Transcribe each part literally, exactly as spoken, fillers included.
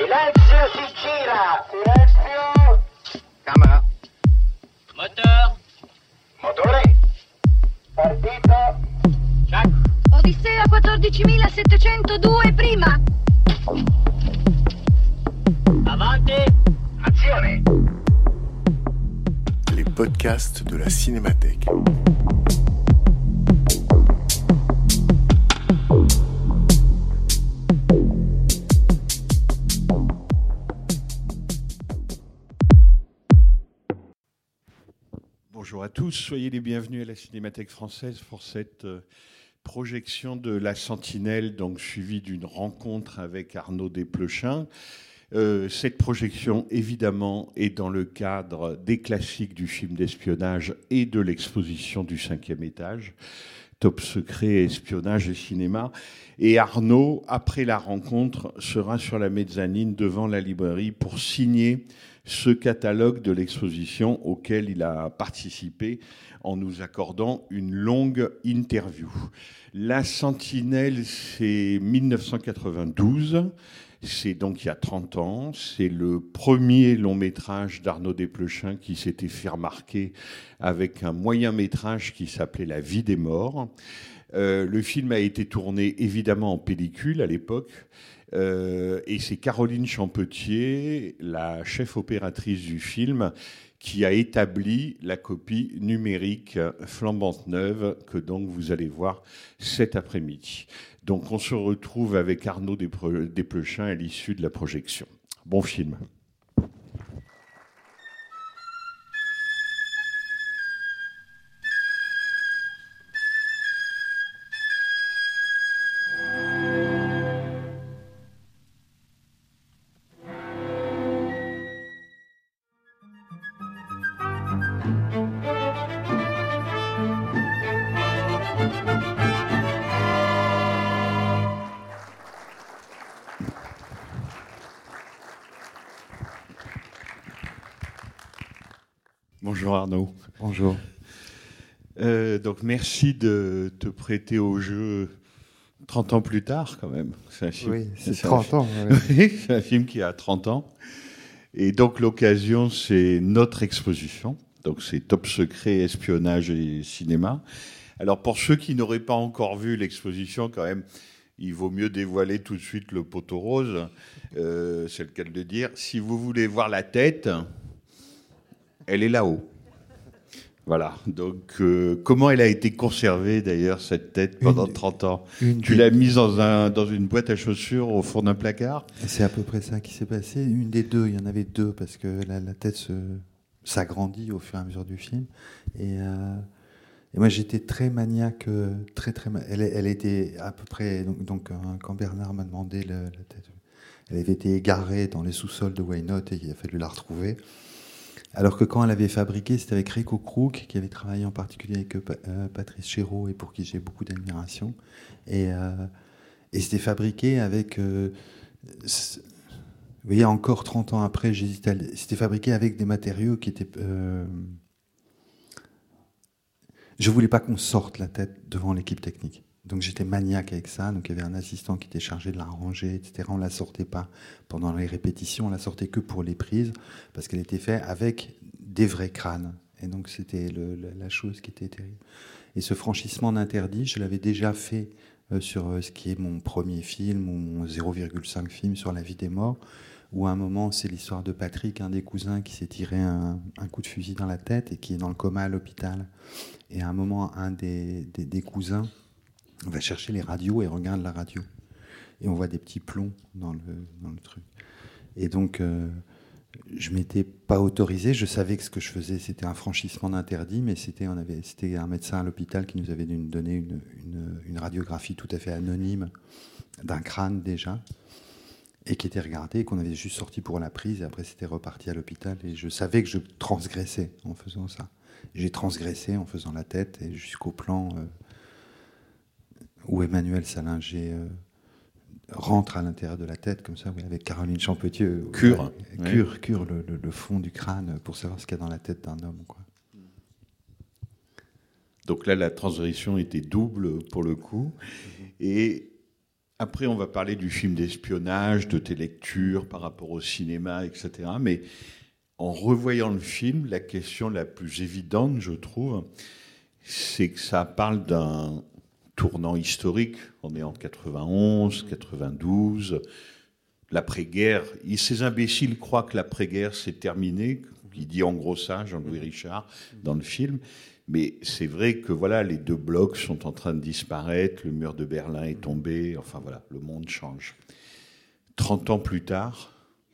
Silenzio, si gira! Silenzio! Camera. Moteur! Motore! Partito! Check. Odissea quattordicimilasettecentodue prima. Avanti! Azione! Les podcasts de la Cinémathèque. Bonjour à tous, soyez les bienvenus à la Cinémathèque française pour cette euh, projection de La Sentinelle, donc suivie d'une rencontre avec Arnaud Desplechin. Euh, cette projection, évidemment, est dans le cadre des classiques du film d'espionnage et de l'exposition du cinquième étage, Top secret, espionnage et cinéma. Et Arnaud, après la rencontre, sera sur la mezzanine devant la librairie pour signer ce catalogue de l'exposition auquel il a participé en nous accordant une longue interview. La Sentinelle, c'est dix-neuf cent quatre-vingt-douze, c'est donc il y a trente ans, c'est le premier long métrage d'Arnaud Desplechin qui s'était fait remarquer avec un moyen métrage qui s'appelait La vie des morts. Euh, le film a été tourné évidemment en pellicule à l'époque. Euh, et c'est Caroline Champetier, la chef opératrice du film, qui a établi la copie numérique flambante neuve que donc vous allez voir cet après-midi. Donc on se retrouve avec Arnaud Desplechin à l'issue de la projection. Bon film. Bonjour Arnaud. Bonjour. Euh, donc merci de te prêter au jeu trente ans plus tard quand même. C'est un film, oui, c'est, c'est trente un, ans. Oui. C'est un film qui a trente ans. Et donc l'occasion, c'est notre exposition. Donc c'est Top secret, espionnage et cinéma. Alors pour ceux qui n'auraient pas encore vu l'exposition, quand même, il vaut mieux dévoiler tout de suite le poteau rose. Euh, c'est le cas de le dire. Si vous voulez voir la tête, elle est là-haut. Voilà. Donc, euh, comment elle a été conservée, d'ailleurs, cette tête, pendant une, trente ans une Tu des... l'as mise dans, un, dans une boîte à chaussures au fond d'un placard ? C'est à peu près ça qui s'est passé. Une des deux, il y en avait deux, parce que la, la tête se, s'agrandit au fur et à mesure du film. Et, euh, et moi, j'étais très maniaque, très, très... Elle, elle était à peu près... Donc, donc quand Bernard m'a demandé le, la tête, elle avait été égarée dans les sous-sols de Why Not, et il a fallu la retrouver. Alors que quand elle avait fabriqué, c'était avec Rico Crook, qui avait travaillé en particulier avec euh, Patrice Chéreau et pour qui j'ai beaucoup d'admiration. Et, euh, et c'était fabriqué avec... Euh, vous voyez, encore trente ans après, j'hésite à... C'était fabriqué avec des matériaux qui étaient... Euh, je ne voulais pas qu'on sorte la tête devant l'équipe technique. Donc j'étais maniaque avec ça. Donc il y avait un assistant qui était chargé de la ranger, et cetera. On ne la sortait pas pendant les répétitions, on la sortait que pour les prises, parce qu'elle était faite avec des vrais crânes. Et donc c'était le, la chose qui était terrible. Et ce franchissement d'interdit, je l'avais déjà fait euh, sur euh, ce qui est mon premier film, ou mon zéro virgule cinq film sur la vie des morts, où à un moment, c'est l'histoire de Patrick, un des cousins qui s'est tiré un, un coup de fusil dans la tête et qui est dans le coma à l'hôpital. Et à un moment, un des, des, des cousins on va chercher les radios et on regarde la radio. Et on voit des petits plombs dans le, dans le truc. Et donc, euh, je ne m'étais pas autorisé. Je savais que ce que je faisais, c'était un franchissement d'interdit, mais c'était, on avait, c'était un médecin à l'hôpital qui nous avait donné une, une, une radiographie tout à fait anonyme d'un crâne déjà, et qui était regardé, et qu'on avait juste sorti pour la prise, et après c'était reparti à l'hôpital. Et je savais que je transgressais en faisant ça. J'ai transgressé en faisant la tête, et jusqu'au plan... Euh, où Emmanuel Salinger euh, rentre à l'intérieur de la tête, comme ça, oui, avec Caroline Champetier. Euh, cure. Ouais, cure, oui. cure le, le, le fond du crâne pour savoir ce qu'il y a dans la tête d'un homme, quoi. Donc là, la transgression était double pour le coup. Et Après, on va parler du film d'espionnage, de tes lectures par rapport au cinéma, et cetera. Mais en revoyant le film, la question la plus évidente, je trouve, c'est que ça parle d'un tournant historique. On est en quatre-vingt-onze, quatre-vingt-douze, l'après-guerre. Et ces imbéciles croient que l'après-guerre, c'est terminé. Il dit en gros ça, Jean-Louis Richard, dans le film. Mais c'est vrai que voilà, les deux blocs sont en train de disparaître, le mur de Berlin est tombé, enfin voilà, le monde change. trente ans plus tard,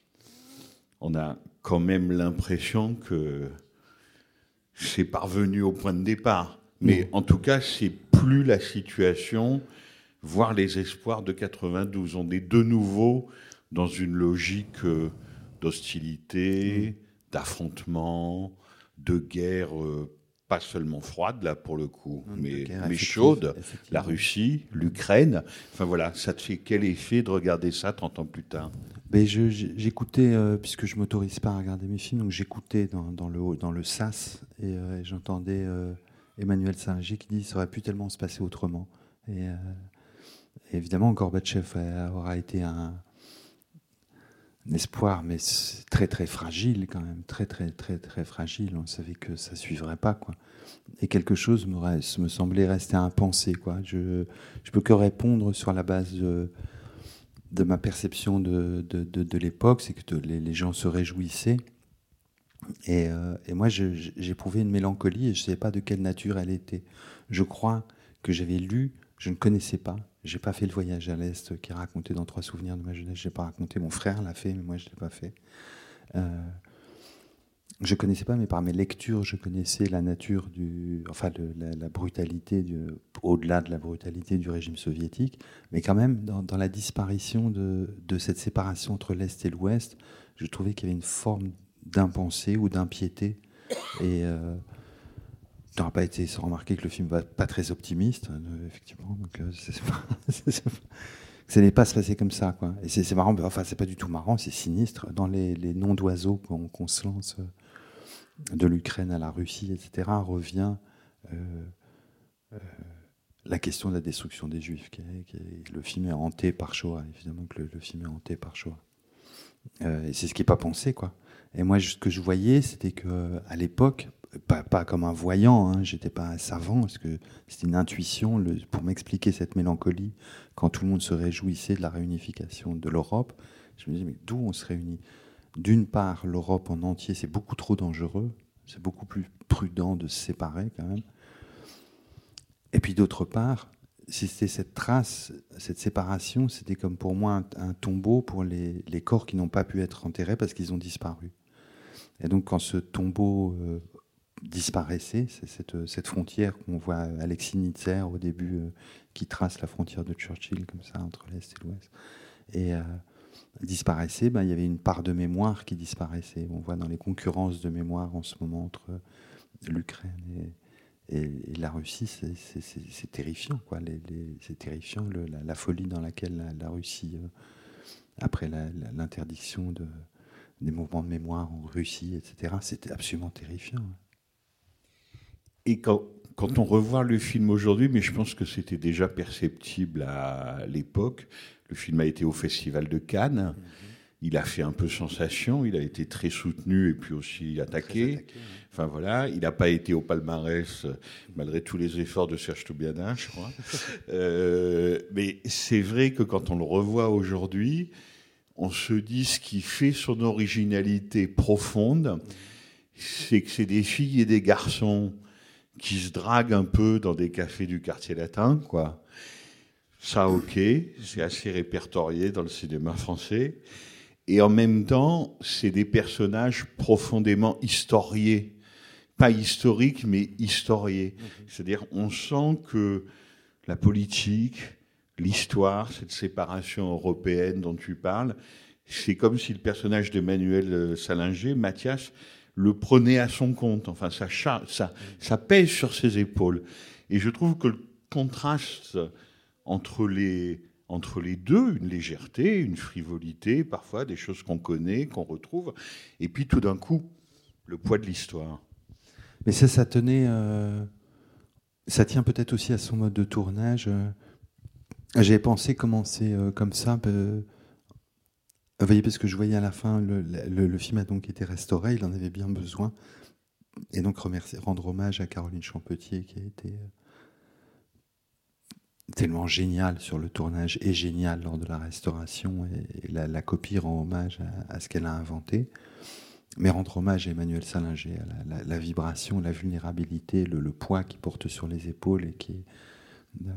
on a quand même l'impression que c'est parvenu au point de départ. Mais mmh. en tout cas, c'est plus la situation, voire les espoirs de quatre-vingt-douze. On est de nouveau dans une logique d'hostilité, mmh. d'affrontement, de guerre... Euh, pas seulement froide, là, pour le coup, mmh, mais, mais chaude, la Russie, l'Ukraine. Enfin, voilà, ça te fait quel effet de regarder ça trente ans plus tard ? Ben, je, j'écoutais, euh, puisque je ne m'autorise pas à regarder mes films, donc j'écoutais dans, dans, le, dans le S A S, et, euh, et j'entendais euh, Emmanuel Salinger qui dit « ça aurait pu tellement se passer autrement ». Et, euh, et évidemment, Gorbatchev aura été un... un espoir, mais c'est très très fragile quand même, très très très très fragile. On savait que ça suivrait pas, quoi. Et quelque chose me, reste, me semblait rester impensé, quoi. Je je peux que répondre sur la base de, de ma perception de de, de, de l'époque, c'est que de, les, les gens se réjouissaient. Et, euh, et moi, je, j'éprouvais une mélancolie et je ne savais pas de quelle nature elle était. Je crois que j'avais lu, je ne connaissais pas. J'ai pas fait le voyage à l'Est qui est raconté dans Trois souvenirs de ma jeunesse. Je l'ai pas raconté. Mon frère l'a fait, mais moi je l'ai pas fait. Euh, je connaissais pas, mais par mes lectures, je connaissais la nature du, enfin le, la, la brutalité, du, au-delà de la brutalité du régime soviétique, mais quand même dans, dans la disparition de, de cette séparation entre l'Est et l'Ouest, je trouvais qu'il y avait une forme d'impensé ou d'impiété. Et euh, ça n'aura pas été sans remarquer que le film va pas très optimiste, euh, effectivement. Donc, euh, c'est pas, c'est pas, ça n'est pas se passer comme ça, quoi. Et c'est, c'est marrant, enfin, c'est pas du tout marrant, c'est sinistre. Dans les, les noms d'oiseaux qu'on, qu'on se lance, euh, de l'Ukraine à la Russie, et cetera, revient euh, euh, la question de la destruction des Juifs. Qui est, qui est, le film est hanté par Shoah, évidemment que le, le film est hanté par Shoah. Euh, et c'est ce qui n'est pas pensé, quoi. Et moi, ce que je voyais, c'était qu'à l'époque, Pas, pas comme un voyant, hein, j'étais pas un savant, parce que c'était une intuition le, pour m'expliquer cette mélancolie, quand tout le monde se réjouissait de la réunification de l'Europe. Je me disais, mais d'où on se réunit ? D'une part, l'Europe en entier, c'est beaucoup trop dangereux, c'est beaucoup plus prudent de se séparer quand même. Et puis d'autre part, si c'était cette trace, cette séparation, c'était comme pour moi un, un tombeau pour les, les corps qui n'ont pas pu être enterrés parce qu'ils ont disparu. Et donc quand ce tombeau... Euh, disparaissait, c'est cette, cette frontière qu'on voit Alexis Nitzer au début euh, qui trace la frontière de Churchill comme ça entre l'Est et l'Ouest et euh, disparaissait, ben, il y avait une part de mémoire qui disparaissait. On voit dans les concurrences de mémoire en ce moment entre l'Ukraine et, et, et la Russie, c'est, c'est, c'est, c'est terrifiant, quoi. Les, les, c'est terrifiant le, la, la folie dans laquelle la, la Russie euh, après la, la, l'interdiction de, des mouvements de mémoire en Russie, et cetera, c'était absolument terrifiant. Et quand, quand on revoit le film aujourd'hui, mais je pense que c'était déjà perceptible à l'époque, le film a été au Festival de Cannes, mmh. il a fait un peu sensation, il a été très soutenu et puis aussi attaqué. attaqué ouais. Enfin voilà, il n'a pas été au palmarès malgré tous les efforts de Serge Toubiana, je crois. euh, mais c'est vrai que quand on le revoit aujourd'hui, on se dit ce qui fait son originalité profonde, c'est que c'est des filles et des garçons qui se draguent un peu dans des cafés du quartier latin, quoi. Ça, ok, c'est assez répertorié dans le cinéma français. Et en même temps, c'est des personnages profondément historiés. Pas historiques, mais historiés. Mmh. C'est-à-dire, on sent que la politique, l'histoire, cette séparation européenne dont tu parles, c'est comme si le personnage d'Emmanuel Salinger, Mathias, le prenait à son compte. Enfin, ça, ça, ça pèse sur ses épaules. Et je trouve que le contraste entre les, entre les deux, une légèreté, une frivolité, parfois des choses qu'on connaît, qu'on retrouve, et puis tout d'un coup, le poids de l'histoire. Mais ça, ça tenait... Euh, ça tient peut-être aussi à son mode de tournage. Euh, J'avais pensé commencer euh, comme ça. Euh, vous voyez, parce que je voyais à la fin, le, le, le film a donc été restauré, il en avait bien besoin. Et donc remercier, rendre hommage à Caroline Champetier, qui a été euh, tellement géniale sur le tournage et géniale lors de la restauration. Et, et la, la copie rend hommage à, à ce qu'elle a inventé. Mais rendre hommage à Emmanuel Salinger, à la, la, la vibration, la vulnérabilité, le, le poids qu'il porte sur les épaules et qui est... Euh,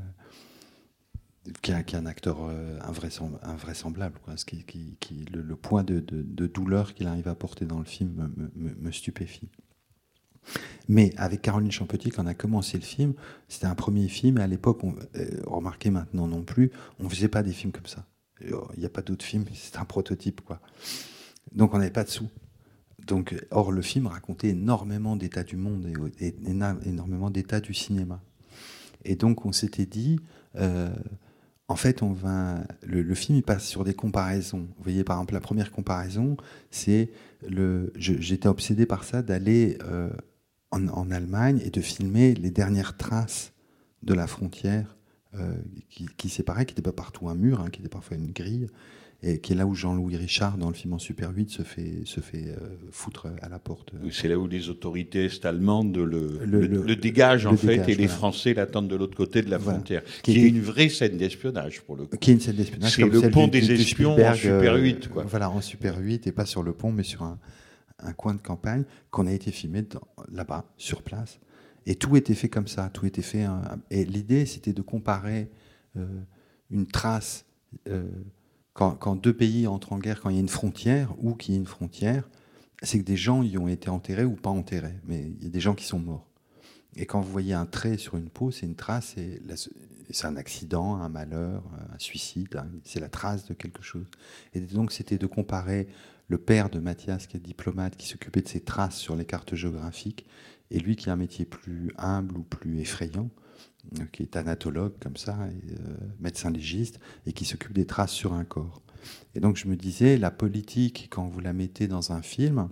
Qui est, qui est un acteur euh, invraisemblable, quoi. Ce qui, qui, qui, le, le poids de, de, de douleur qu'il arrive à porter dans le film me, me, me stupéfie. Mais avec Caroline Champetier, quand on a commencé le film, c'était un premier film, et à l'époque, on, euh, remarquez maintenant non plus, on ne faisait pas des films comme ça. Il n'y a pas d'autres films, c'est un prototype, quoi. Donc on n'avait pas de sous. Donc, or, le film racontait énormément d'états du monde et, et, et énormément d'états du cinéma. Et donc on s'était dit... Euh, En fait, on va, le, le film il passe sur des comparaisons. Vous voyez, par exemple, la première comparaison, c'est le. Je, j'étais obsédé par ça, d'aller euh, en, en Allemagne et de filmer les dernières traces de la frontière euh, qui, qui séparait, qui n'était pas partout un mur, hein, qui était parfois une grille, et qui est là où Jean-Louis Richard, dans le film en Super huit, se fait, se fait euh, foutre à la porte. C'est là où les autorités est-allemandes le, le, Le- le, le- le dégagent, en le fait, dégagent, et les voilà. Français l'attendent de l'autre côté de la Voilà. frontière. Qui Qui, était- est une vraie scène d'espionnage, pour le coup. Qui est une scène d'espionnage. C'est comme le celle pont du- des du- du espions en Spielberg, Super euh, huit, quoi. Voilà, en Super huit, et pas sur le pont, mais sur un, un coin de campagne, qu'on a été filmé dans- là-bas, sur place. Et tout était fait comme ça. Tout était fait. Hein, et l'idée, c'était de comparer euh, une trace. Euh, quand, quand deux pays entrent en guerre, quand il y a une frontière, ou qu'il y ait une frontière, c'est que des gens y ont été enterrés ou pas enterrés. Mais il y a des gens qui sont morts. Et quand vous voyez un trait sur une peau, c'est une trace, et la- c'est un accident, un malheur, un suicide, hein, c'est la trace de quelque chose. Et donc c'était de comparer le père de Mathias, qui est diplomate, qui s'occupait de ces traces sur les cartes géographiques, et lui qui a un métier plus humble ou plus effrayant, euh, qui est anatologue comme ça, et, euh, médecin légiste, et qui s'occupe des traces sur un corps. Et donc je me disais, la politique, quand vous la mettez dans un film,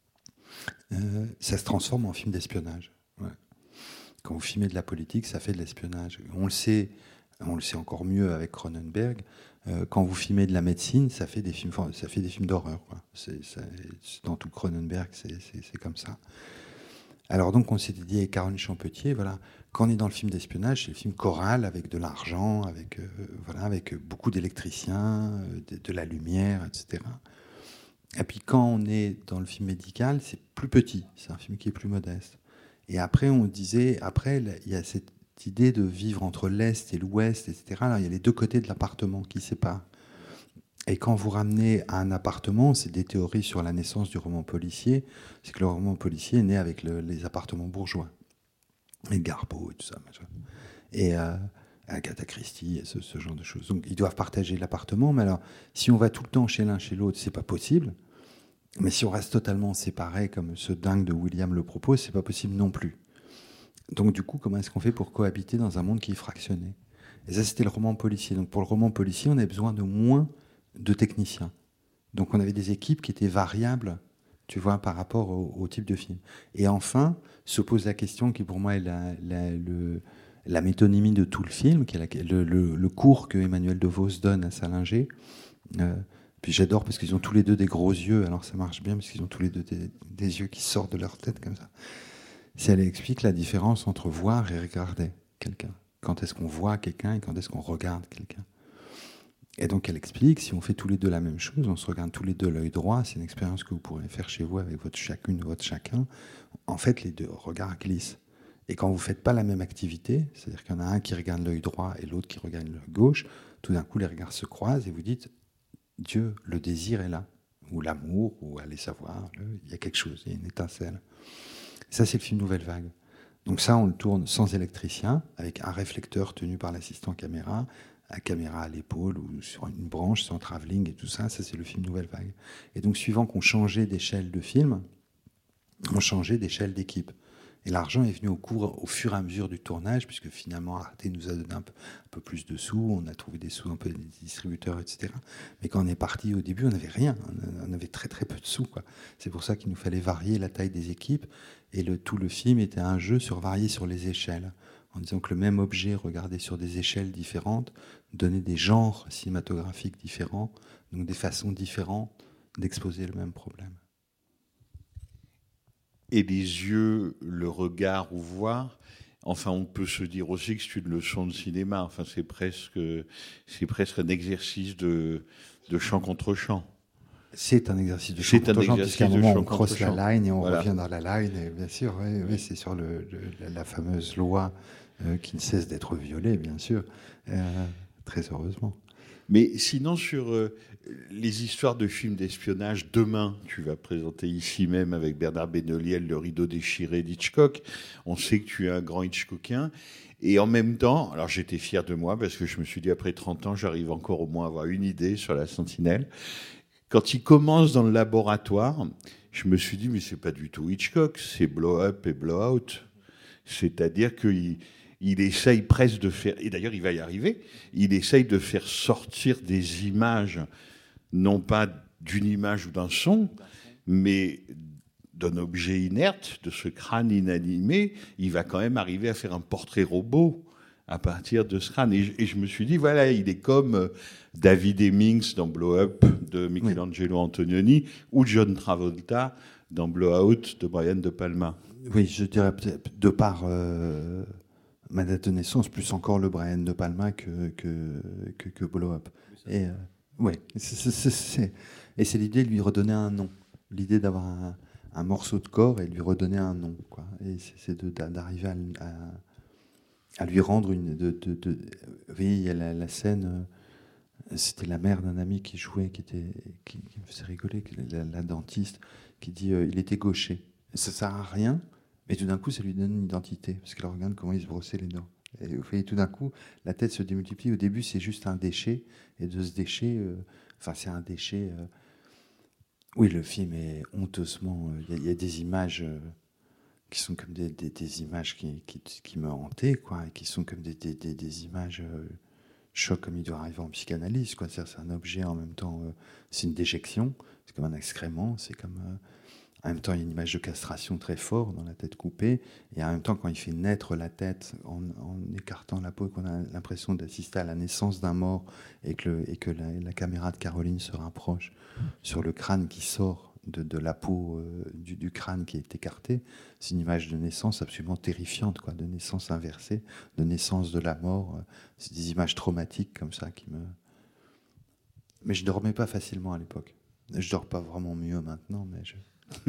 euh, ça se transforme en film d'espionnage. Ouais. Quand vous filmez de la politique, ça fait de l'espionnage. On le sait, on le sait encore mieux avec Cronenberg. Euh, quand vous filmez de la médecine, ça fait des films, ça fait des films d'horreur, quoi. C'est, ça- c'est dans tout Cronenberg, c'est, c'est, c'est comme ça. Alors donc on s'était dit avec Caroline Champetier, voilà, quand on est dans le film d'espionnage, c'est le film choral avec de l'argent, avec euh, voilà, avec beaucoup d'électriciens, euh, de, de la lumière, et cetera. Et puis quand on est dans le film médical, c'est plus petit, c'est un film qui est plus modeste. Et après, on disait, après, il y a cette idée de vivre entre l'Est et l'Ouest, et cetera. Là, il y a les deux côtés de l'appartement qui séparent. Et quand vous ramenez à un appartement, c'est des théories sur la naissance du roman policier, c'est que le roman policier est né avec le- les appartements bourgeois, les Garbeau et tout ça. Machin. Et euh, Agatha Christie, et ce, ce genre de choses. Donc, ils doivent partager l'appartement, mais alors, si on va tout le temps chez l'un, chez l'autre, c'est pas possible. Mais si on reste totalement séparés, comme ce dingue de William le propose, c'est pas possible non plus. Donc du coup, comment est-ce qu'on fait pour cohabiter dans un monde qui est fractionné ? Et ça, c'était le roman policier. Donc pour le roman policier, on avait besoin de moins de techniciens. Donc on avait des équipes qui étaient variables, tu vois, par rapport au, au type de film. Et enfin, se pose la question qui pour moi est la, la, le, la métonymie de tout le film, qui est la, le, le, le cours que Emmanuel DeVos donne à Salinger. Euh, Puis j'adore parce qu'ils ont tous les deux des gros yeux, alors ça marche bien parce qu'ils ont tous les deux des, des yeux qui sortent de leur tête comme ça. Si elle explique la différence entre voir et regarder quelqu'un. Quand est-ce qu'on voit quelqu'un et quand est-ce qu'on regarde quelqu'un. Et donc elle explique, si on fait tous les deux la même chose, on se regarde tous les deux l'œil droit, c'est une expérience que vous pourrez faire chez vous avec votre chacune, votre chacun. En fait, les deux regards glissent. Et quand vous ne faites pas la même activité, c'est-à-dire qu'il y en a un qui regarde l'œil droit et l'autre qui regarde l'œil gauche, tout d'un coup les regards se croisent et vous dites Dieu, le désir est là, ou l'amour, ou allez savoir, le, il y a quelque chose, il y a une étincelle. Ça, c'est le film Nouvelle Vague. Donc ça, on le tourne sans électricien, avec un réflecteur tenu par l'assistant caméra, la caméra à l'épaule ou sur une branche, sans travelling et tout ça. Ça, c'est le film Nouvelle Vague. Et donc, suivant qu'on changeait d'échelle de film, on changeait d'échelle d'équipe. Et l'argent est venu au, cours, au fur et à mesure du tournage, puisque finalement Arte nous a donné un peu, un peu plus de sous, on a trouvé des sous un peu des distributeurs, et cetera. Mais quand on est parti au début, on n'avait rien, on avait très très peu de sous, quoi. C'est pour ça qu'il nous fallait varier la taille des équipes, et le, tout le film était un jeu sur varier sur les échelles. en disant que le même objet regardé sur des échelles différentes donnait des genres cinématographiques différents, donc des façons différentes d'exposer le même problème. Et les yeux, le regard ou voir, enfin on peut se dire aussi que c'est une leçon de cinéma, enfin c'est presque, c'est presque un exercice de, de chant contre chant. C'est un exercice de chant contre chant, puisqu'à un moment on crosse la line et on voilà. revient dans la line, et bien sûr, oui, oui, c'est sur le, le, la, la fameuse loi euh, qui ne cesse d'être violée, bien sûr, euh, très heureusement. Mais sinon, sur euh, les histoires de films d'espionnage, demain, tu vas présenter ici même avec Bernard Benoliel Le rideau déchiré d'Hitchcock. On sait que tu es un grand Hitchcockien. Et en même temps, alors j'étais fier de moi parce que je me suis dit, après trente ans, j'arrive encore au moins à avoir une idée sur la Sentinelle. Quand il commence dans le laboratoire, je me suis dit, mais c'est pas du tout Hitchcock, c'est blow-up et blow-out. C'est-à-dire qu'il il essaye presque de faire, et d'ailleurs il va y arriver, il essaye de faire sortir des images, non pas d'une image ou d'un son, mais d'un objet inerte, de ce crâne inanimé. Il va quand même arriver à faire un portrait robot à partir de ce crâne. Et, et je me suis dit, voilà, il est comme David Hemmings dans Blow Up de Michelangelo Antonioni, ou John Travolta dans Blowout de Brian De Palma. Oui, je dirais peut-être de par euh, ma date de naissance, plus encore le Brian De Palma que, que, que, que Blow Up. Et, euh, ouais, c'est, c'est, c'est, et c'est l'idée de lui redonner un nom. L'idée d'avoir un, un morceau de corps et de lui redonner un nom, quoi. Et c'est, c'est de, d'arriver à, à, à lui rendre une... De, de, de, vous voyez, il y a la, la scène... C'était la mère d'un ami qui jouait, qui, était, qui, qui me faisait rigoler, la, la dentiste, qui dit euh, il était gaucher. Ça ne sert à rien, mais tout d'un coup, ça lui donne une identité, parce qu'elle regarde comment il se brossait les dents. Et vous voyez, tout d'un coup, la tête se démultiplie. Au début, c'est juste un déchet, et de ce déchet, euh, enfin, c'est un déchet. Euh, oui, le film est honteusement. Il euh, y, y a des images euh, qui sont comme des, des, des images qui, qui, qui me hantaient, quoi, et qui sont comme des, des, des, des images. Euh, choc comme il doit arriver en psychanalyse, quoi. C'est-à-dire, c'est un objet en même temps, euh, c'est une déjection, c'est comme un excrément, c'est comme euh, en même temps il y a une image de castration très forte dans la tête coupée, et en même temps quand il fait naître la tête en, en écartant la peau, qu'on a l'impression d'assister à la naissance d'un mort, et que, le, et que la, la caméra de Caroline se rapproche sur le crâne qui sort de, de la peau euh, du, du crâne qui est écarté, c'est une image de naissance absolument terrifiante, quoi, de naissance inversée, de naissance de la mort. C'est des images traumatiques comme ça qui me... Mais je dormais pas facilement à l'époque. Je dors pas vraiment mieux maintenant, mais je...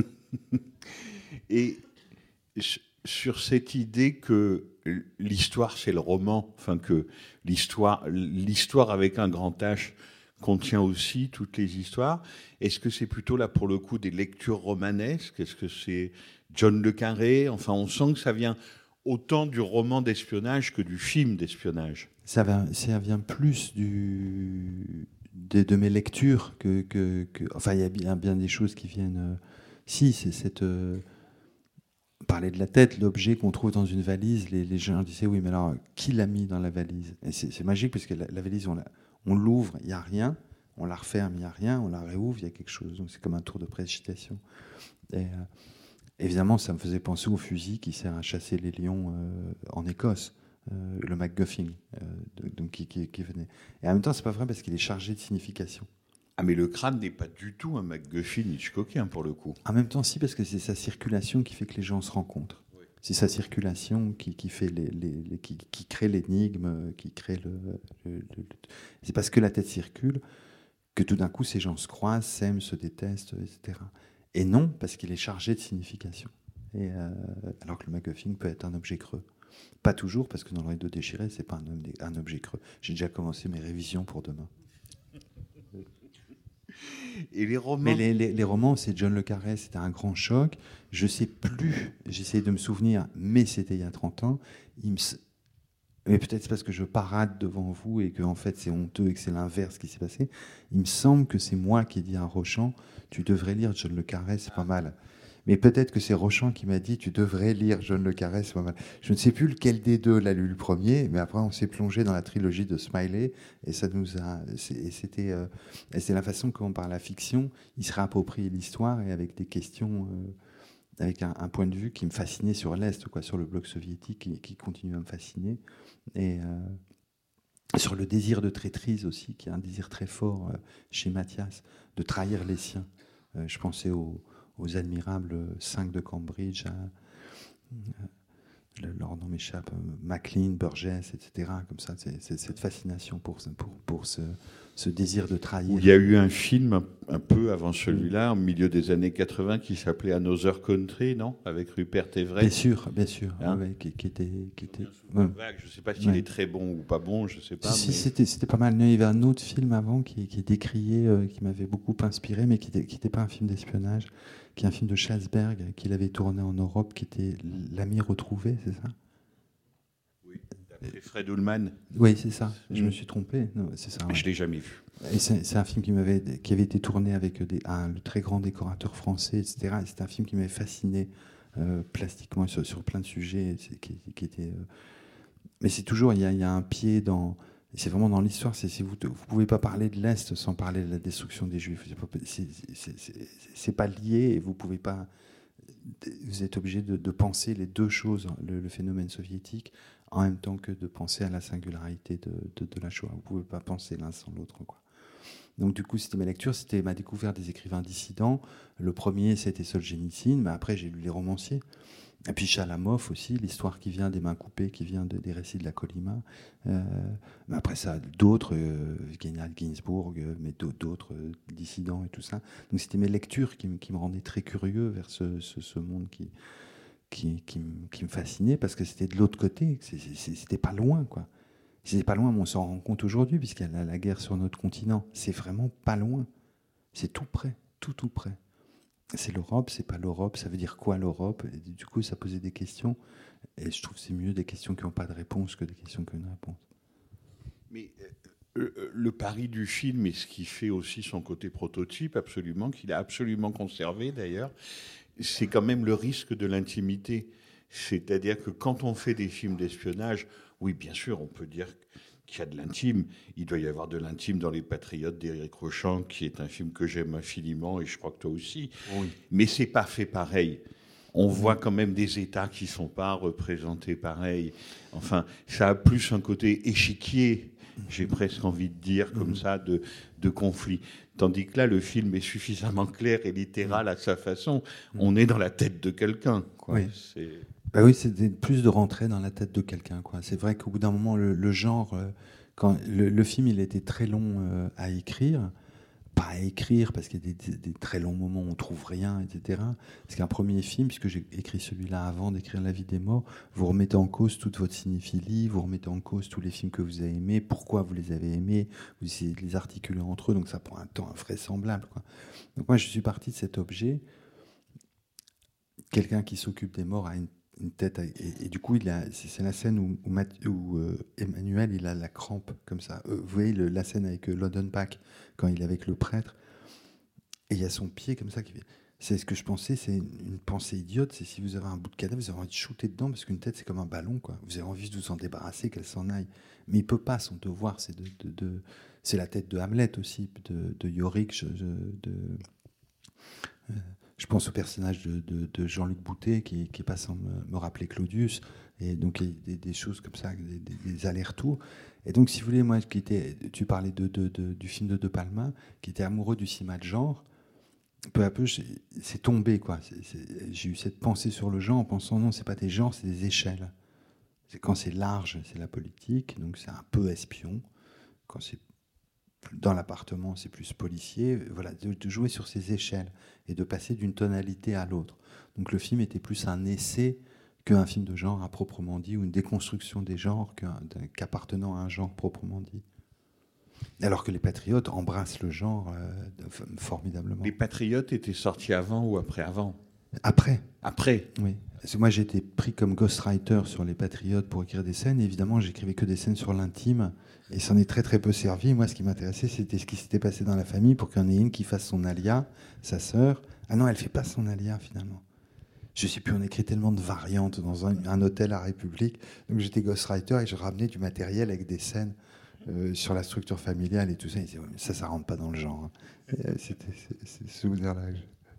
Et sur cette idée que l'histoire, c'est le roman, enfin que l'histoire, l'histoire avec un grand H contient aussi toutes les histoires. Est-ce que c'est plutôt là pour le coup des lectures romanesques ? Est-ce que c'est John le Carré ? Enfin, on sent que ça vient autant du roman d'espionnage que du film d'espionnage. Ça, va, ça vient plus du, de, de mes lectures que, que, que... Enfin, il y a bien, bien des choses qui viennent... Euh, si, c'est cette... Euh, parler de la tête, l'objet qu'on trouve dans une valise, les, les gens disaient, oui, mais alors, qui l'a mis dans la valise ? Et c'est, c'est magique, parce que la, la valise, on, la, on l'ouvre, il n'y a rien, on la referme, il n'y a rien, on la réouvre, il y a quelque chose. Donc c'est comme un tour de précipitation. Et... Euh, évidemment, ça me faisait penser au fusil qui sert à chasser les lions euh, en Écosse, euh, le MacGuffin, euh, donc qui, qui, qui venait. Et en même temps, c'est pas vrai parce qu'il est chargé de signification. Ah, mais le crâne n'est pas du tout un MacGuffin Hitchcockien pour le coup. En même temps, si, parce que c'est sa circulation qui fait que les gens se rencontrent. Oui. C'est sa circulation qui, qui fait les, les, les qui, qui crée l'énigme, qui crée le, le, le, le. C'est parce que la tête circule que tout d'un coup, ces gens se croisent, s'aiment, se détestent, et cetera. Et non, parce qu'il est chargé de signification. Et euh, alors que le MacGuffin peut être un objet creux. Pas toujours, parce que dans le rideau déchiré, c'est pas un, un objet creux. J'ai déjà commencé mes révisions pour demain. Et les romans Mais les, les, les romans, c'est John le Carré, c'était un grand choc. Je sais plus, j'essaie de me souvenir, mais c'était il y a trente ans. Il me... Mais peut-être c'est parce que je parade devant vous et que en fait c'est honteux et que c'est l'inverse qui s'est passé. Il me semble que c'est moi qui ai dit à Rochant, tu devrais lire John le Carré, c'est pas mal. Mais peut-être que c'est Rochant qui m'a dit, tu devrais lire John le Carré, c'est pas mal. Je ne sais plus lequel des deux l'a lu le premier, mais après on s'est plongé dans la trilogie de Smiley et ça nous a, et c'était, euh, et c'est la façon comment par la fiction il se réapproprie l'histoire et avec des questions. Euh, avec un, un point de vue qui me fascinait sur l'Est, quoi, sur le bloc soviétique, qui, qui continue à me fasciner. Et euh, sur le désir de traîtrise aussi, qui est un désir très fort euh, chez Mathias, de trahir les siens. Euh, je pensais aux, aux admirables cinq de Cambridge, à, euh, le, leur nom m'échappe, euh, Maclean, Burgess, et cetera. Comme ça, c'est, c'est cette fascination pour, pour, pour ce, ce désir de trahir. Il y a eu un film un, un peu avant celui-là, au milieu des années quatre-vingts, qui s'appelait Another Country, non ? Avec Rupert Everett. Bien sûr, bien sûr. Hein ouais, qui, qui était, qui était... Ouais. Je ne sais pas s'il ouais. est très bon ou pas bon, je ne sais pas. Si, mais... c'était, c'était pas mal. Il y avait un autre film avant qui, qui est décrié, euh, qui m'avait beaucoup inspiré, mais qui n'était pas un film d'espionnage, qui est un film de Schasberg, qu'il avait tourné en Europe, qui était L'ami retrouvé, c'est ça ? Oui, d'après Fred Ullman. Oui, c'est ça. Je mmh. me suis trompé. Non, c'est ça. Ouais. Je ne l'ai jamais vu. Et c'est, c'est un film qui, m'avait, qui avait été tourné avec des, un le très grand décorateur français, et cetera. Et c'est un film qui m'avait fasciné euh, plastiquement sur, sur plein de sujets, qui, qui était... Euh... Mais c'est toujours, il y a, il y a un pied dans... C'est vraiment dans l'histoire. C'est, c'est vous ne pouvez pas parler de l'Est sans parler de la destruction des Juifs. C'est pas, c'est, c'est, c'est, c'est pas lié et vous pouvez pas... Vous êtes obligé de, de penser les deux choses, le, le phénomène soviétique, en même temps que de penser à la singularité de, de, de la Shoah. Vous ne pouvez pas penser l'un sans l'autre, quoi. Donc du coup, c'était ma lecture, c'était ma découverte des écrivains dissidents. Le premier, c'était Solzhenitsyn, mais après, j'ai lu les romanciers. Et puis Chalamov aussi, l'histoire qui vient des mains coupées, qui vient de, des récits de la Colima. Euh, mais après ça, d'autres, euh, Ginsburg, mais d'autres euh, dissidents et tout ça. Donc c'était mes lectures qui, qui me rendaient très curieux vers ce, ce, ce monde qui, qui, qui, qui me fascinait, parce que c'était de l'autre côté, c'était pas loin, quoi. C'était pas loin, mais on s'en rend compte aujourd'hui, puisqu'il y a la, la guerre sur notre continent. C'est vraiment pas loin. C'est tout près, tout tout près. C'est l'Europe, c'est pas l'Europe, ça veut dire quoi l'Europe ? Et du coup, ça posait des questions, et je trouve que c'est mieux des questions qui n'ont pas de réponse que des questions qui ont une réponse. Mais euh, le pari du film, et ce qui fait aussi son côté prototype, absolument, qu'il a absolument conservé d'ailleurs, c'est quand même le risque de l'intimité. C'est-à-dire que quand on fait des films d'espionnage, oui, bien sûr, on peut dire qu'il y a de l'intime. Il doit y avoir de l'intime dans Les Patriotes d'Éric Rochant, qui est un film que j'aime infiniment, et je crois que toi aussi. Oui. Mais c'est pas fait pareil. On voit quand même des États qui sont pas représentés pareil. Enfin, ça a plus un côté échiquier, j'ai presque envie de dire, comme mmh. ça, de, de conflit. Tandis que là, le film est suffisamment clair et littéral à sa façon. On est dans la tête de quelqu'un, quoi. Oui. C'est... Bah oui, c'est plus de rentrer dans la tête de quelqu'un, quoi. C'est vrai qu'au bout d'un moment, le, le genre, euh, quand le, le film, il était très long euh, à écrire, pas à écrire parce qu'il y a des, des, des très longs moments où on trouve rien, et cetera. Parce qu'un premier film, puisque j'ai écrit celui-là avant d'écrire La vie des morts, vous remettez en cause toute votre cinéphilie, vous remettez en cause tous les films que vous avez aimés, pourquoi vous les avez aimés, vous essayez de les articuler entre eux, donc ça prend un temps invraisemblable, quoi. Donc moi, je suis parti de cet objet. Quelqu'un qui s'occupe des morts a une une tête, et, et du coup il a, c'est la scène où, où, Mathieu, où euh, Emmanuel il a la crampe comme ça, euh, vous voyez le, la scène avec euh, Lodenbach quand il est avec le prêtre, et il y a son pied comme ça qui fait... C'est ce que je pensais, c'est une, une pensée idiote, c'est si vous avez un bout de cadavre, vous avez envie de shooter dedans, parce qu'une tête c'est comme un ballon, quoi. Vous avez envie de vous en débarrasser, qu'elle s'en aille, mais il peut pas, son devoir c'est de, de, de... c'est la tête de Hamlet aussi, de, de Yorick, de, de... Euh, je pense au personnage de, de, de Jean-Luc Boutet qui, qui passe sans me, me rappeler Claudius, et donc des, des choses comme ça, des, des, des allers-retours. Et donc, si vous voulez, moi, qui était, tu parlais de, de, de, du film de De Palma, qui était amoureux du cinéma de genre, peu à peu, c'est tombé, quoi. J'ai eu cette pensée sur le genre en pensant, non, c'est pas des genres, c'est des échelles. C'est quand c'est large, c'est la politique, donc c'est un peu espion. Quand c'est dans l'appartement, c'est plus policier. Voilà, de, de jouer sur ces échelles et de passer d'une tonalité à l'autre. Donc le film était plus un essai qu'un film de genre à proprement dit, ou une déconstruction des genres qu'appartenant à un genre proprement dit. Alors que Les Patriotes embrassent le genre euh, formidablement. Les Patriotes étaient sortis avant ou après avant ? Après. Après. Oui. Parce que moi, j'ai été pris comme ghostwriter sur Les Patriotes pour écrire des scènes. Et évidemment, j'écrivais que des scènes sur l'intime. Et ça en est très, très peu servi. Moi, ce qui m'intéressait, c'était ce qui s'était passé dans la famille pour qu'il y en ait une qui fasse son alia, sa sœur. Ah non, elle ne fait pas son alia, finalement. Je ne sais plus, on écrit tellement de variantes dans un, un hôtel à République. Donc, j'étais ghostwriter et je ramenais du matériel avec des scènes euh, sur la structure familiale et tout ça. Ils disaient, ouais, mais ça, ça ne rentre pas dans le genre. C'était ce souvenir-là.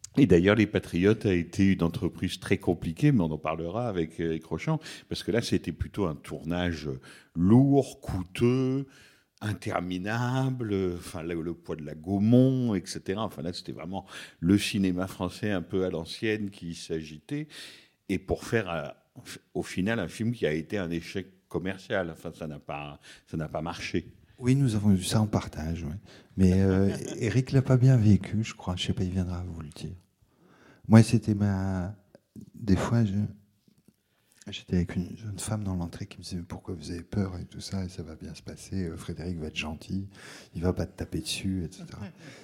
Et d'ailleurs, Les Patriotes a été une entreprise très compliquée, mais on en parlera avec Éric Rochant, parce que là, c'était plutôt un tournage lourd, coûteux, interminable, enfin, le, le poids de la Gaumont, et cetera. Enfin, là, c'était vraiment le cinéma français un peu à l'ancienne qui s'agitait. Et pour faire, euh, au final, un film qui a été un échec commercial. Enfin, ça n'a pas, ça n'a pas marché. Oui, nous avons eu ça en partage, ouais. Mais euh, Eric l'a pas bien vécu, je crois. Je sais pas, il viendra vous le dire. Moi, c'était ma... Des fois, je... j'étais avec une jeune femme dans l'entrée qui me disait « Pourquoi vous avez peur et tout ça, et ça va bien se passer. Frédéric va être gentil, il va pas te taper dessus, et cetera »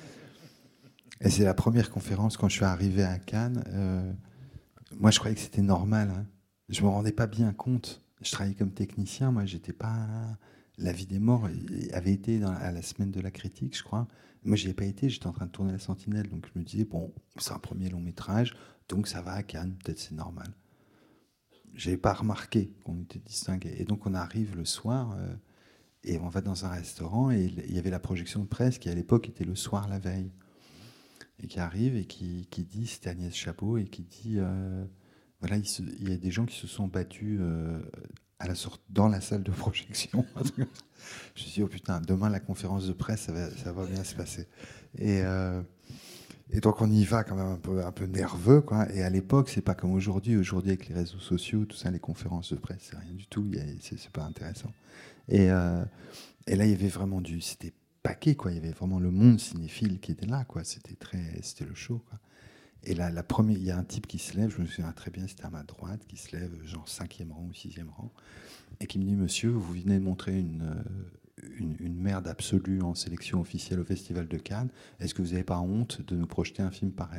Et c'est la première conférence, quand je suis arrivé à Cannes, euh, moi, je croyais que c'était normal. Hein. Je me rendais pas bien compte. Je travaillais comme technicien, moi, j'étais pas... La vie des morts avait été dans, à la semaine de la critique, je crois. Moi, j'y ai pas été, j'étais en train de tourner La Sentinelle. Donc, je me disais, bon, c'est un premier long métrage, donc ça va à Cannes, peut-être c'est normal. Je n'avais pas remarqué qu'on était distingués. Et donc, on arrive le soir, euh, et on va dans un restaurant, et il y avait la projection de presse qui, à l'époque, était le soir, la veille. Et qui arrive et qui, qui dit, c'était Agnès Chapeau, et qui dit, euh, voilà, il, se, il y a des gens qui se sont battus... Euh, à la sorte dans la salle de projection. Je me suis dit, oh putain, demain la conférence de presse, ça va, ça va bien se passer. Et, euh, et donc on y va quand même un peu, un peu nerveux, quoi. Et à l'époque, c'est pas comme aujourd'hui. Aujourd'hui, avec les réseaux sociaux, tout ça, les conférences de presse, c'est rien du tout. Il y a, c'est, c'est pas intéressant. Et, euh, et là, il y avait vraiment du... C'était paquet, quoi. Il y avait vraiment le monde cinéphile qui était là, quoi. C'était, très, c'était le show, quoi. Et là, la première, il y a un type qui se lève, je me souviens très bien, c'était à ma droite, qui se lève, genre cinquième rang ou sixième rang, et qui me dit, monsieur, vous venez de montrer une, une, une merde absolue en sélection officielle au Festival de Cannes. Est-ce que vous n'avez pas honte de nous projeter un film pareil ?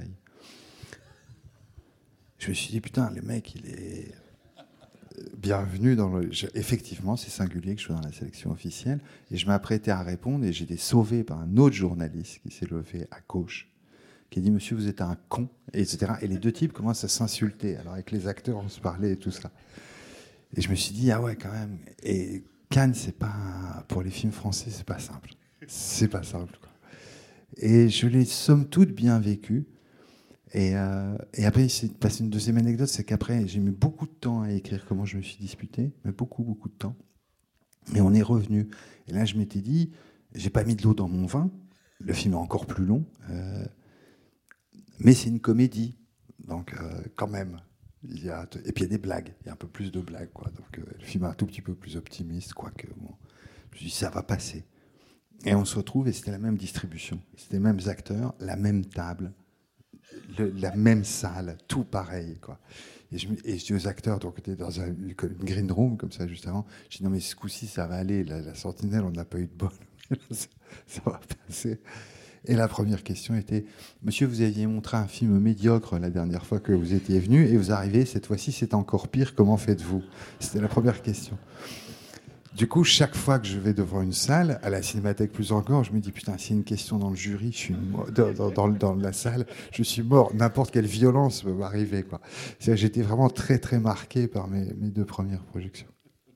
Je me suis dit, putain, le mec, il est bienvenu dans le... Je... Effectivement, c'est singulier que je sois dans la sélection officielle, et je m'apprêtais à répondre, et j'ai été sauvé par un autre journaliste qui s'est levé à gauche, qui a dit « Monsieur, vous êtes un con », et cetera. Et les deux types commencent à s'insulter. Alors, avec les acteurs, on se parlait et tout ça. Et je me suis dit « Ah ouais, quand même ». Et Cannes, c'est pas... Pour les films français, c'est pas simple. C'est pas simple, quoi. Et je l'ai, somme toute, bien vécu. Et, euh, et après, il s'est passé une deuxième anecdote, c'est qu'après, j'ai mis beaucoup de temps à écrire comment je me suis disputé, mais beaucoup, beaucoup de temps. Mais on est revenu. Et là, je m'étais dit, j'ai pas mis de l'eau dans mon vin. Le film est encore plus long. Euh, Mais c'est une comédie, donc euh, quand même. Il y a, et puis il y a des blagues, il y a un peu plus de blagues, quoi. Donc euh, le film est un tout petit peu plus optimiste, quoique. Bon, je me suis dit, ça va passer. Et on se retrouve, et c'était la même distribution. C'était les mêmes acteurs, la même table, le, la même salle, tout pareil, quoi. Et je, et je dis aux acteurs, donc on était dans un, une green room, comme ça, juste avant, je dis, non mais ce coup-ci, ça va aller, la, la Sentinelle, on n'a pas eu de bol. ça, ça va passer. Et la première question était « Monsieur, vous aviez montré un film médiocre la dernière fois que vous étiez venu, et vous arrivez, cette fois-ci, c'est encore pire, comment faites-vous » C'était la première question. Du coup, chaque fois que je vais devant une salle, à la Cinémathèque plus encore, je me dis « Putain, s'il y a une question dans le jury, je suis mort, dans, dans, dans, dans la salle, je suis mort, n'importe quelle violence peut m'arriver, quoi. » C'est-à-dire, j'étais vraiment très, très marqué par mes, mes deux premières projections.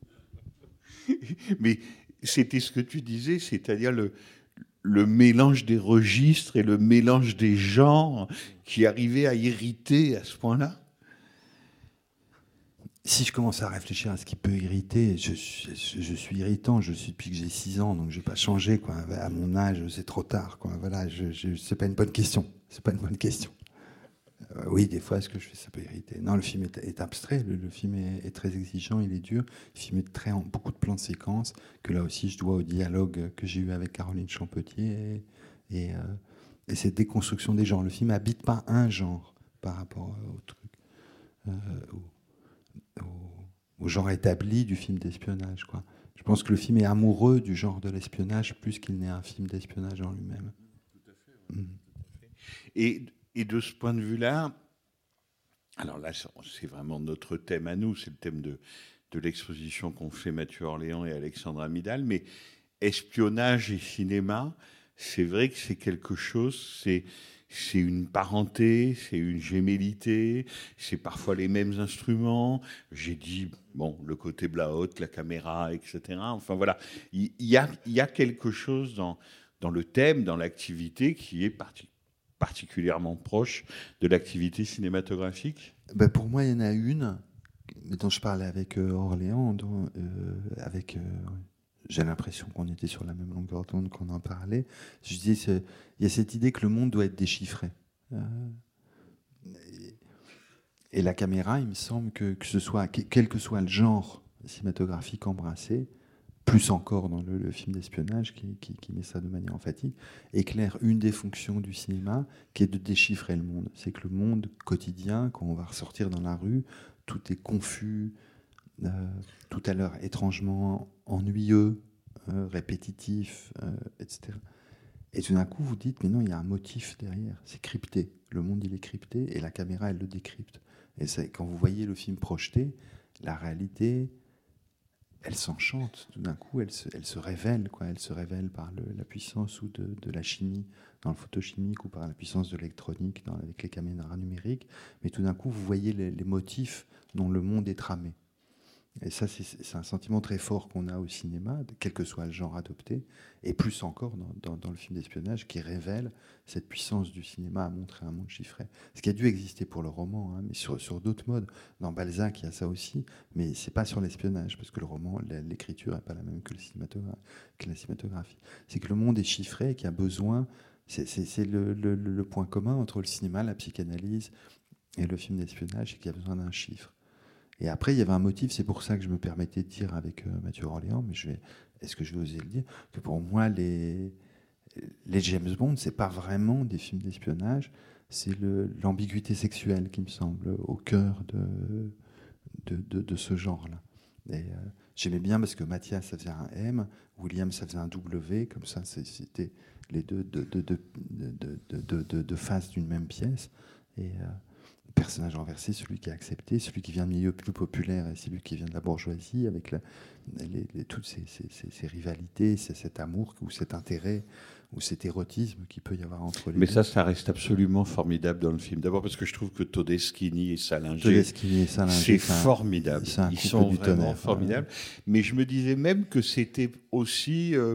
Mais c'était ce que tu disais, c'est-à-dire le... le mélange des registres et le mélange des genres qui arrivait à irriter à ce point-là ? Si je commence à réfléchir à ce qui peut irriter, je, je, je suis irritant, je suis depuis que j'ai six ans, donc je n'ai pas changé, quoi. À mon âge, c'est trop tard, quoi. Voilà, je, je, c'est pas une bonne question. C'est pas une bonne question. Euh, oui, des fois, ce que je fais, ça peut irriter. Non, le film est, est abstrait, le, le film est, est très exigeant, il est dur. Le film est très, beaucoup de plans de séquences, que là aussi, je dois au dialogue que j'ai eu avec Caroline Champetier et, et, euh, et cette déconstruction des genres. Le film n'habite pas un genre par rapport au truc, euh, au, au, au genre établi du film d'espionnage, quoi. Je pense que le film est amoureux du genre de l'espionnage plus qu'il n'est un film d'espionnage en lui-même. Tout à fait. Ouais. Mmh. Tout à fait. Et Et de ce point de vue-là, alors là, c'est vraiment notre thème à nous, c'est le thème de, de l'exposition qu'ont fait Mathieu Orléans et Alexandre Amidal, mais espionnage et cinéma, c'est vrai que c'est quelque chose, c'est, c'est une parenté, c'est une gémellité, c'est parfois les mêmes instruments. J'ai dit, bon, le côté Blahaut, la caméra, et cetera. Enfin voilà, il y, y, a, il y a quelque chose dans, dans le thème, dans l'activité qui est particulier. particulièrement proche de l'activité cinématographique ? Ben pour moi, il y en a une dont je parlais avec euh, Orléans, dont, euh, avec, euh, j'ai l'impression qu'on était sur la même longueur d'onde, qu'on en parlait. Je disais, il y a cette idée que le monde doit être déchiffré. Euh, et, et la caméra, il me semble que, que ce soit, quel que soit le genre cinématographique embrassé, plus encore dans le, le film d'espionnage qui, qui, qui met ça de manière emphatique, éclaire une des fonctions du cinéma qui est de déchiffrer le monde. C'est que le monde quotidien, quand on va ressortir dans la rue, tout est confus, euh, tout à l'heure étrangement ennuyeux, euh, répétitif, euh, et cetera. Et tout d'un coup, vous dites, mais non, il y a un motif derrière, c'est crypté. Le monde, il est crypté, et la caméra, elle le décrypte. Et c'est, quand vous voyez le film projeté, la réalité, elle s'enchante. Tout d'un coup, elle se, elle se révèle, quoi. Elle se révèle par le, la puissance ou de, de la chimie dans le photochimique ou par la puissance de l'électronique dans, avec les caméras numériques. Mais tout d'un coup, vous voyez les, les motifs dont le monde est tramé. Et ça, c'est, c'est un sentiment très fort qu'on a au cinéma, quel que soit le genre adopté, et plus encore dans, dans, dans le film d'espionnage, qui révèle cette puissance du cinéma à montrer un monde chiffré. Ce qui a dû exister pour le roman, hein, mais sur, sur d'autres modes. Dans Balzac, il y a ça aussi, mais c'est pas sur l'espionnage, parce que le roman, l'écriture n'est pas la même que, le cinématogra- que la cinématographie. C'est que le monde est chiffré et qu'il y a besoin... C'est, c'est, c'est le, le, le point commun entre le cinéma, la psychanalyse et le film d'espionnage, c'est qu'il y a besoin d'un chiffre. Et après, il y avait un motif, c'est pour ça que je me permettais de dire avec euh, Mathieu Orléans, mais je vais, est-ce que je vais oser le dire, que pour moi, les, les James Bond, c'est pas vraiment des films d'espionnage, c'est le, l'ambiguïté sexuelle qui me semble au cœur de, de, de, de ce genre-là. Et euh, j'aimais bien parce que Mathias, ça faisait un M, William, ça faisait un W, comme ça, c'était les deux de, de, de, de, de, de, de, de faces d'une même pièce. Et... Euh, personnage renversé, celui qui est accepté, celui qui vient de milieu plus populaire et celui qui vient de la bourgeoisie, avec la, les, les, toutes ces, ces, ces, ces rivalités, ces, cet amour ou cet intérêt ou cet érotisme qu'il peut y avoir entre les Mais deux. ça, ça reste absolument formidable dans le film. D'abord parce que je trouve que Todeschini et Salinger, Todeschini et Salinger, c'est formidable. C'est un Ils sont du vraiment tonnerre, formidables. Ouais. Mais je me disais même que c'était aussi euh,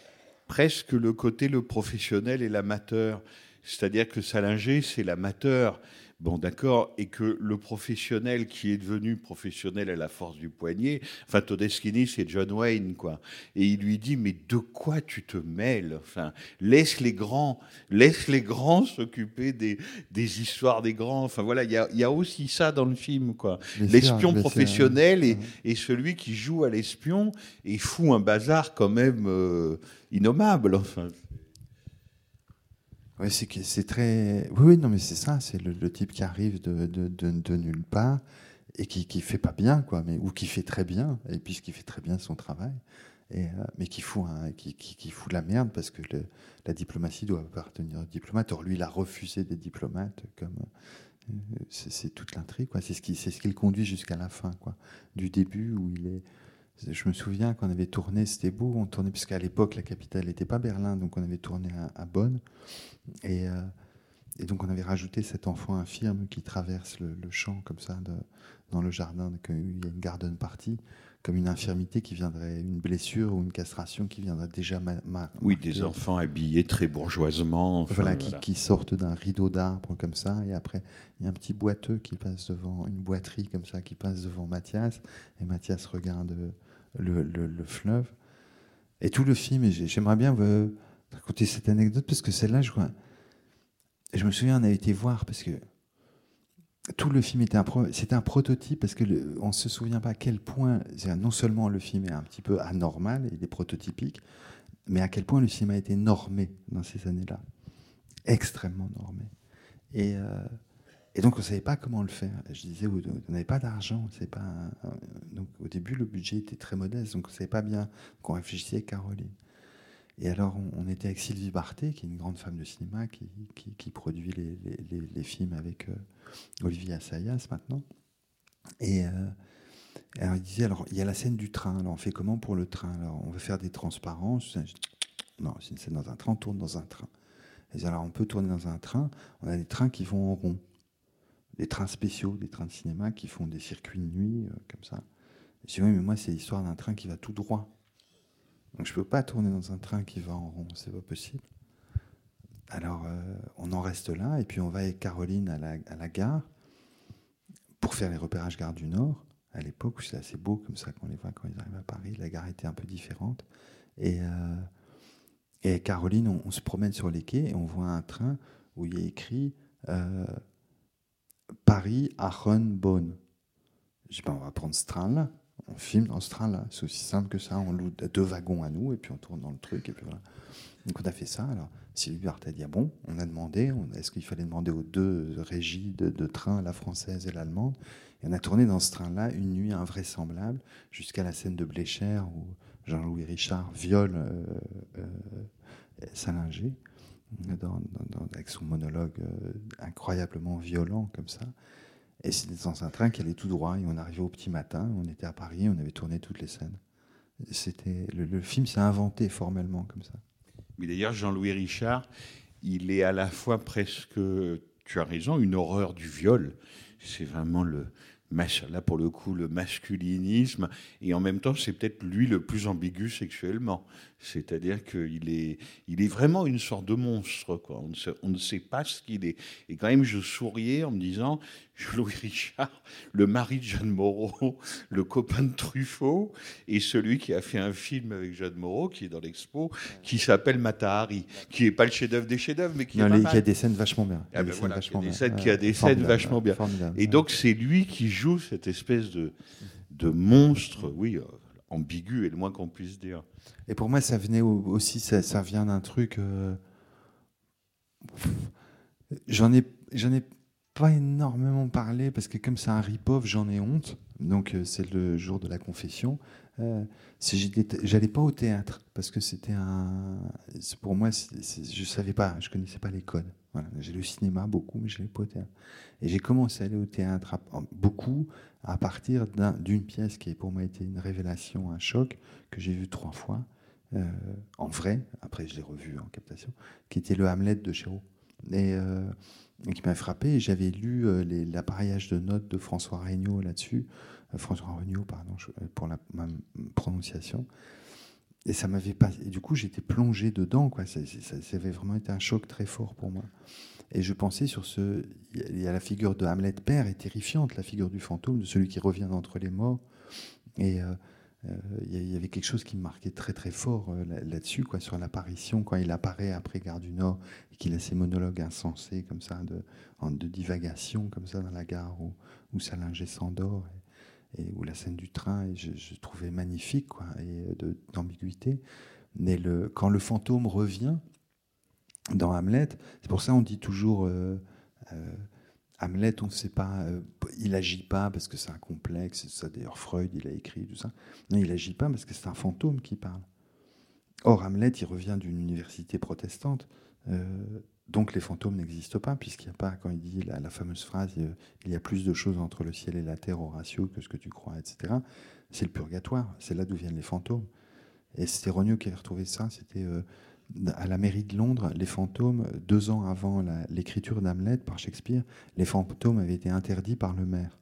presque le côté le professionnel et l'amateur. C'est-à-dire que Salinger, c'est l'amateur. Bon, d'accord, et que le professionnel qui est devenu professionnel à la force du poignet, enfin, Todeschini, c'est John Wayne, quoi. Et il lui dit, mais de quoi tu te mêles ? Enfin, laisse les grands, laisse les grands s'occuper des, des histoires des grands. Enfin, voilà, il y a, y a aussi ça dans le film, quoi. Bien L'espion sûr, professionnel et, et celui qui joue à l'espion et fout un bazar quand même euh, innommable, enfin. Ouais, c'est, que c'est très... Oui, oui, non, mais c'est ça, c'est le, le type qui arrive de, de, de, de nulle part et qui ne fait pas bien, quoi, mais, ou qui fait très bien, et puisqu'il fait très bien son travail, et, euh, mais qui fout, un, qui, qui, qui fout la merde parce que le, la diplomatie doit appartenir aux diplomates. Or, lui, il a refusé des diplomates, comme... Euh, c'est, c'est toute l'intrigue, quoi. C'est ce qui, c'est ce qui le conduit jusqu'à la fin, quoi. Du début où il est... Je me souviens qu'on avait tourné, c'était beau, on tournait, puisqu'à l'époque, la capitale n'était pas Berlin, donc on avait tourné à, à Bonn. Et, euh, et donc on avait rajouté cet enfant infirme qui traverse le, le champ comme ça de, dans le jardin, donc il y a une garden party, comme une infirmité qui viendrait, une blessure ou une castration qui viendrait déjà ma, ma, oui, marquer. Des enfants habillés très bourgeoisement. Enfin, voilà, voilà. Qui, qui sortent d'un rideau d'arbres comme ça, et après il y a un petit boiteux qui passe devant, une boiterie comme ça qui passe devant Mathias, et Mathias regarde le, le, le fleuve. Et tout le film, et j'aimerais bien euh, raconter cette anecdote, parce que celle-là, je, je me souviens, on a été voir, parce que tout le film était un, pro, c'était un prototype, parce qu'on ne se souvient pas à quel point, non seulement le film est un petit peu anormal, il est prototypique, mais à quel point le cinéma a été normé dans ces années-là. Extrêmement normé. Et, euh, et donc, on ne savait pas comment le faire. Je disais, on n'avait pas d'argent. C'est pas un, donc, au début, le budget était très modeste, donc on ne savait pas bien qu'on réfléchissait avec Caroline. Et alors, on, on était avec Sylvie Barthé, qui est une grande femme de cinéma, qui, qui, qui produit les, les, les, les films avec euh, Olivier Assayas maintenant. Et... Euh, Alors il disait, alors il y a la scène du train, alors on fait comment pour le train ? Alors on veut faire des transparences. Non, c'est une scène dans un train, on tourne dans un train. Il disait, alors on peut tourner dans un train, on a des trains qui vont en rond, des trains spéciaux, des trains de cinéma qui font des circuits de nuit, euh, comme ça. Je dis, oui, mais moi c'est l'histoire d'un train qui va tout droit. Donc je ne peux pas tourner dans un train qui va en rond, c'est pas possible. alors, euh, on en reste là, et puis on va avec Caroline à la, à la gare pour faire les repérages Gare du Nord. À l'époque, où c'est assez beau comme ça qu'on les voit quand ils arrivent à Paris. La gare était un peu différente. Et, euh, et avec Caroline, on, on se promène sur les quais et on voit un train où il y a écrit euh, Paris, Aachen, Bonn. Je dis, ben, on va prendre ce train-là. On filme dans ce train-là. C'est aussi simple que ça. On loue deux wagons à nous et puis on tourne dans le truc. Et puis voilà. Donc on a fait ça. Alors Sylvie Barthes a dit, ah bon, on a demandé, on, est-ce qu'il fallait demander aux deux régies de, de train, la française et l'allemande. Et on a tourné dans ce train-là une nuit invraisemblable jusqu'à la scène de Bléchère où Jean-Louis Richard viole euh, euh, Salinger dans, dans, dans, avec son monologue euh, incroyablement violent comme ça. Et c'était dans un train qui allait tout droit et on arrivait au petit matin, on était à Paris, on avait tourné toutes les scènes. C'était, le, le film s'est inventé formellement comme ça. Mais d'ailleurs, Jean-Louis Richard, il est à la fois presque, tu as raison, une horreur du viol. C'est vraiment le, là pour le coup, le masculinisme. Et en même temps, c'est peut-être lui le plus ambigu sexuellement. C'est-à-dire qu'il est, il est vraiment une sorte de monstre, quoi. On ne sait, on ne sait pas ce qu'il est. Et quand même, je souriais en me disant, Jean-Louis Richard, le mari de Jeanne Moreau, le copain de Truffaut, et celui qui a fait un film avec Jeanne Moreau, qui est dans l'expo, qui s'appelle Mata Hari, qui n'est pas le chef-d'œuvre des chefs-d'œuvre, mais qui non, est pas les, mal. Qui a des scènes vachement bien. Ah ben voilà, vachement qui a des bien. scènes, qui a des euh, scènes vachement bien. Formidable. Et donc, c'est lui qui joue cette espèce de, de monstre, oui, euh, ambigu, et le moins qu'on puisse dire. Et pour moi, ça venait aussi, ça, ça vient d'un truc. Euh, j'en ai, j'en ai pas énormément parlé parce que comme c'est un rip-off, j'en ai honte. Donc euh, c'est le jour de la confession. Euh, si j'étais, j'allais pas au théâtre parce que c'était un. Pour moi, c'est, c'est, je savais pas, je connaissais pas les codes. Voilà, j'ai le cinéma beaucoup, mais j'allais pas au théâtre. Et j'ai commencé à aller au théâtre à, beaucoup à partir d'un, d'une pièce qui pour moi été une révélation, un choc que j'ai vu trois fois. Euh, en vrai, après je l'ai revu en captation, qui était le Hamlet de Chéreau, et, euh, et qui m'a frappé. Et j'avais lu euh, les, l'appareillage de notes de François Regnault là-dessus, euh, François Regnault, pardon, je, pour la ma prononciation. Et ça m'avait pas. Et du coup, j'étais plongé dedans, quoi. Ça, ça, ça avait vraiment été un choc très fort pour moi. Et je pensais sur ce. Il y a la figure de Hamlet père est terrifiante, la figure du fantôme, de celui qui revient d'entre les morts. Et euh, il euh, y avait quelque chose qui me marquait très très fort euh, là-dessus, quoi, sur l'apparition, quand il apparaît après Gare du Nord et qu'il a ces monologues insensés comme ça, de, de divagation comme ça dans la gare où, où Salinger s'endort et, et où la scène du train, et je, je trouvais magnifique, quoi, et de, d'ambiguïté. Mais le, quand le fantôme revient dans Hamlet, c'est pour ça on dit toujours euh, euh, Hamlet, on ne sait pas, euh, il agit pas parce que c'est un complexe, ça d'ailleurs Freud il a écrit tout ça. Non, il agit pas parce que c'est un fantôme qui parle. Or Hamlet, il revient d'une université protestante, euh, donc les fantômes n'existent pas puisqu'il n'y a pas, quand il dit la, la fameuse phrase, il, il y a plus de choses entre le ciel et la terre, Horatio, que ce que tu crois, et cetera. C'est le purgatoire, c'est là d'où viennent les fantômes. Et c'était Regnault qui avait retrouvé ça, c'était euh, à la mairie de Londres, les fantômes, deux ans avant la, l'écriture d'Hamlet par Shakespeare, les fantômes avaient été interdits par le maire.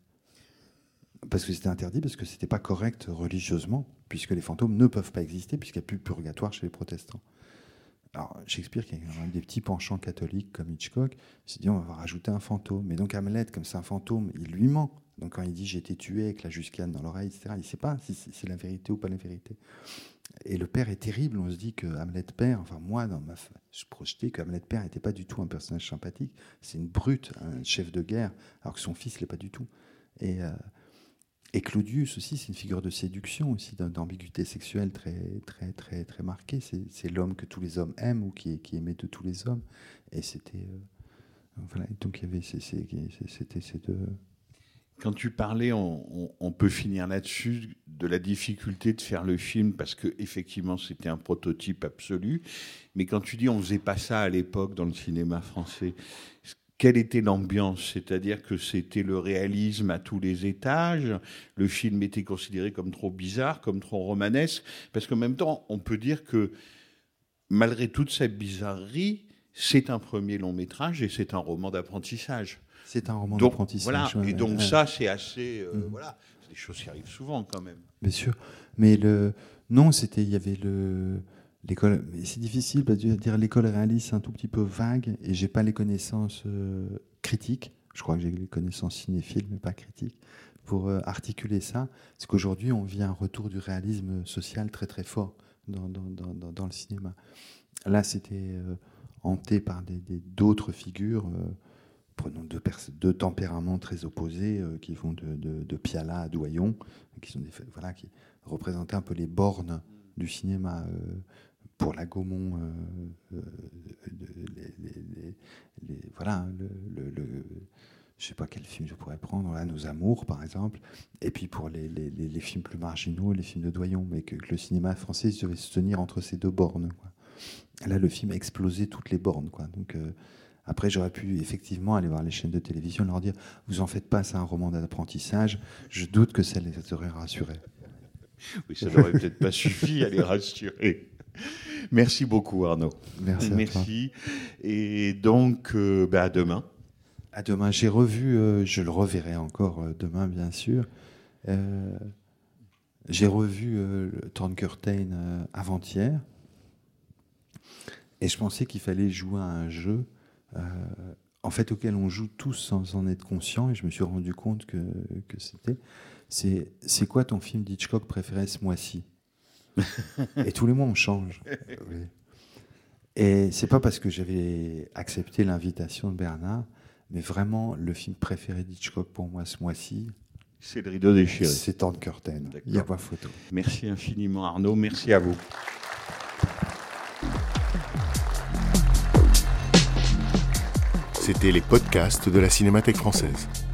Parce que c'était interdit, parce que c'était pas correct religieusement, puisque les fantômes ne peuvent pas exister, puisqu'il n'y a plus de purgatoire chez les protestants. Alors Shakespeare, qui a quand même des petits penchants catholiques comme Hitchcock, s'est dit on va rajouter un fantôme. Mais donc Hamlet, comme c'est un fantôme, il lui ment. Donc quand il dit j'ai été tué avec la jusquiane dans l'oreille, et cetera, il ne sait pas si c'est la vérité ou pas la vérité. Et le père est terrible. On se dit que Hamlet père, enfin moi, dans ma, je projetais que Hamlet père n'était pas du tout un personnage sympathique. C'est une brute, un chef de guerre, alors que son fils l'est pas du tout. Et, euh, et Claudius aussi, c'est une figure de séduction aussi, d'ambiguïté sexuelle très, très, très, très marquée. C'est, c'est l'homme que tous les hommes aiment ou qui, qui aimait de tous les hommes. Et c'était, euh, voilà. Donc il y avait, c'est, c'est, c'était ces deux. Quand tu parlais, on, on, on peut finir là-dessus, de la difficulté de faire le film, parce qu'effectivement, c'était un prototype absolu. Mais quand tu dis on ne faisait pas ça à l'époque dans le cinéma français, quelle était l'ambiance ? C'est-à-dire que c'était le réalisme à tous les étages, le film était considéré comme trop bizarre, comme trop romanesque, parce qu'en même temps, on peut dire que malgré toute cette bizarrerie, c'est un premier long métrage et c'est un roman d'apprentissage. C'est un roman donc, d'apprentissage. Voilà, et donc ouais. ça, c'est assez... Euh, mmh. Voilà, c'est des choses qui arrivent souvent quand même. Bien sûr. Mais le... non, c'était, il y avait le... l'école, mais c'est difficile parce que dire l'école réaliste c'est un tout petit peu vague et j'ai pas les connaissances euh, critiques. Je crois que j'ai les connaissances cinéphiles mais pas critiques pour euh, articuler ça. C'est qu'aujourd'hui on vit un retour du réalisme social très très fort dans, dans, dans, dans, dans le cinéma. Là c'était euh, hanté par des, des, d'autres figures. Euh, prenons deux, pers- deux tempéraments très opposés euh, qui vont de, de, de Piala à Doyon, qui sont des, voilà, qui représentaient un peu les bornes du cinéma. Euh, pour la Gaumont, euh, euh, les, les, les, les, voilà, le, le, le, je sais pas quel film je pourrais prendre, là, Nos Amours par exemple, et puis pour les, les, les, les films plus marginaux, les films de Doyon, mais que, que le cinéma français devait se tenir entre ces deux bornes, quoi. Là, le film a explosé toutes les bornes, quoi. Donc euh, après, j'aurais pu effectivement aller voir les chaînes de télévision et leur dire « Vous en faites pas, c'est un roman d'apprentissage ». Je doute que ça les aurait rassurés. Oui, ça n'aurait peut-être pas suffi à les rassurer. Merci beaucoup, Arnaud. Merci. Merci. Et donc, euh, bah, à demain. À demain. J'ai revu, euh, je le reverrai encore euh, demain, bien sûr. Euh, j'ai revu euh, Torn Curtain euh, avant-hier. Et je pensais qu'il fallait jouer à un jeu euh, en fait, auquel on joue tous sans en être conscient. Et je me suis rendu compte que, que c'était... C'est, c'est quoi ton film d'Hitchcock préféré ce mois-ci ? Et tous les mois, on change. Oui. Et c'est pas parce que j'avais accepté l'invitation de Bernard, mais vraiment, le film préféré d'Hitchcock pour moi ce mois-ci, c'est Le Rideau déchiré. C'est Torn Curtain. Il n'y a pas photo. Merci infiniment, Arnaud. Merci à vous. C'était les podcasts de la Cinémathèque française.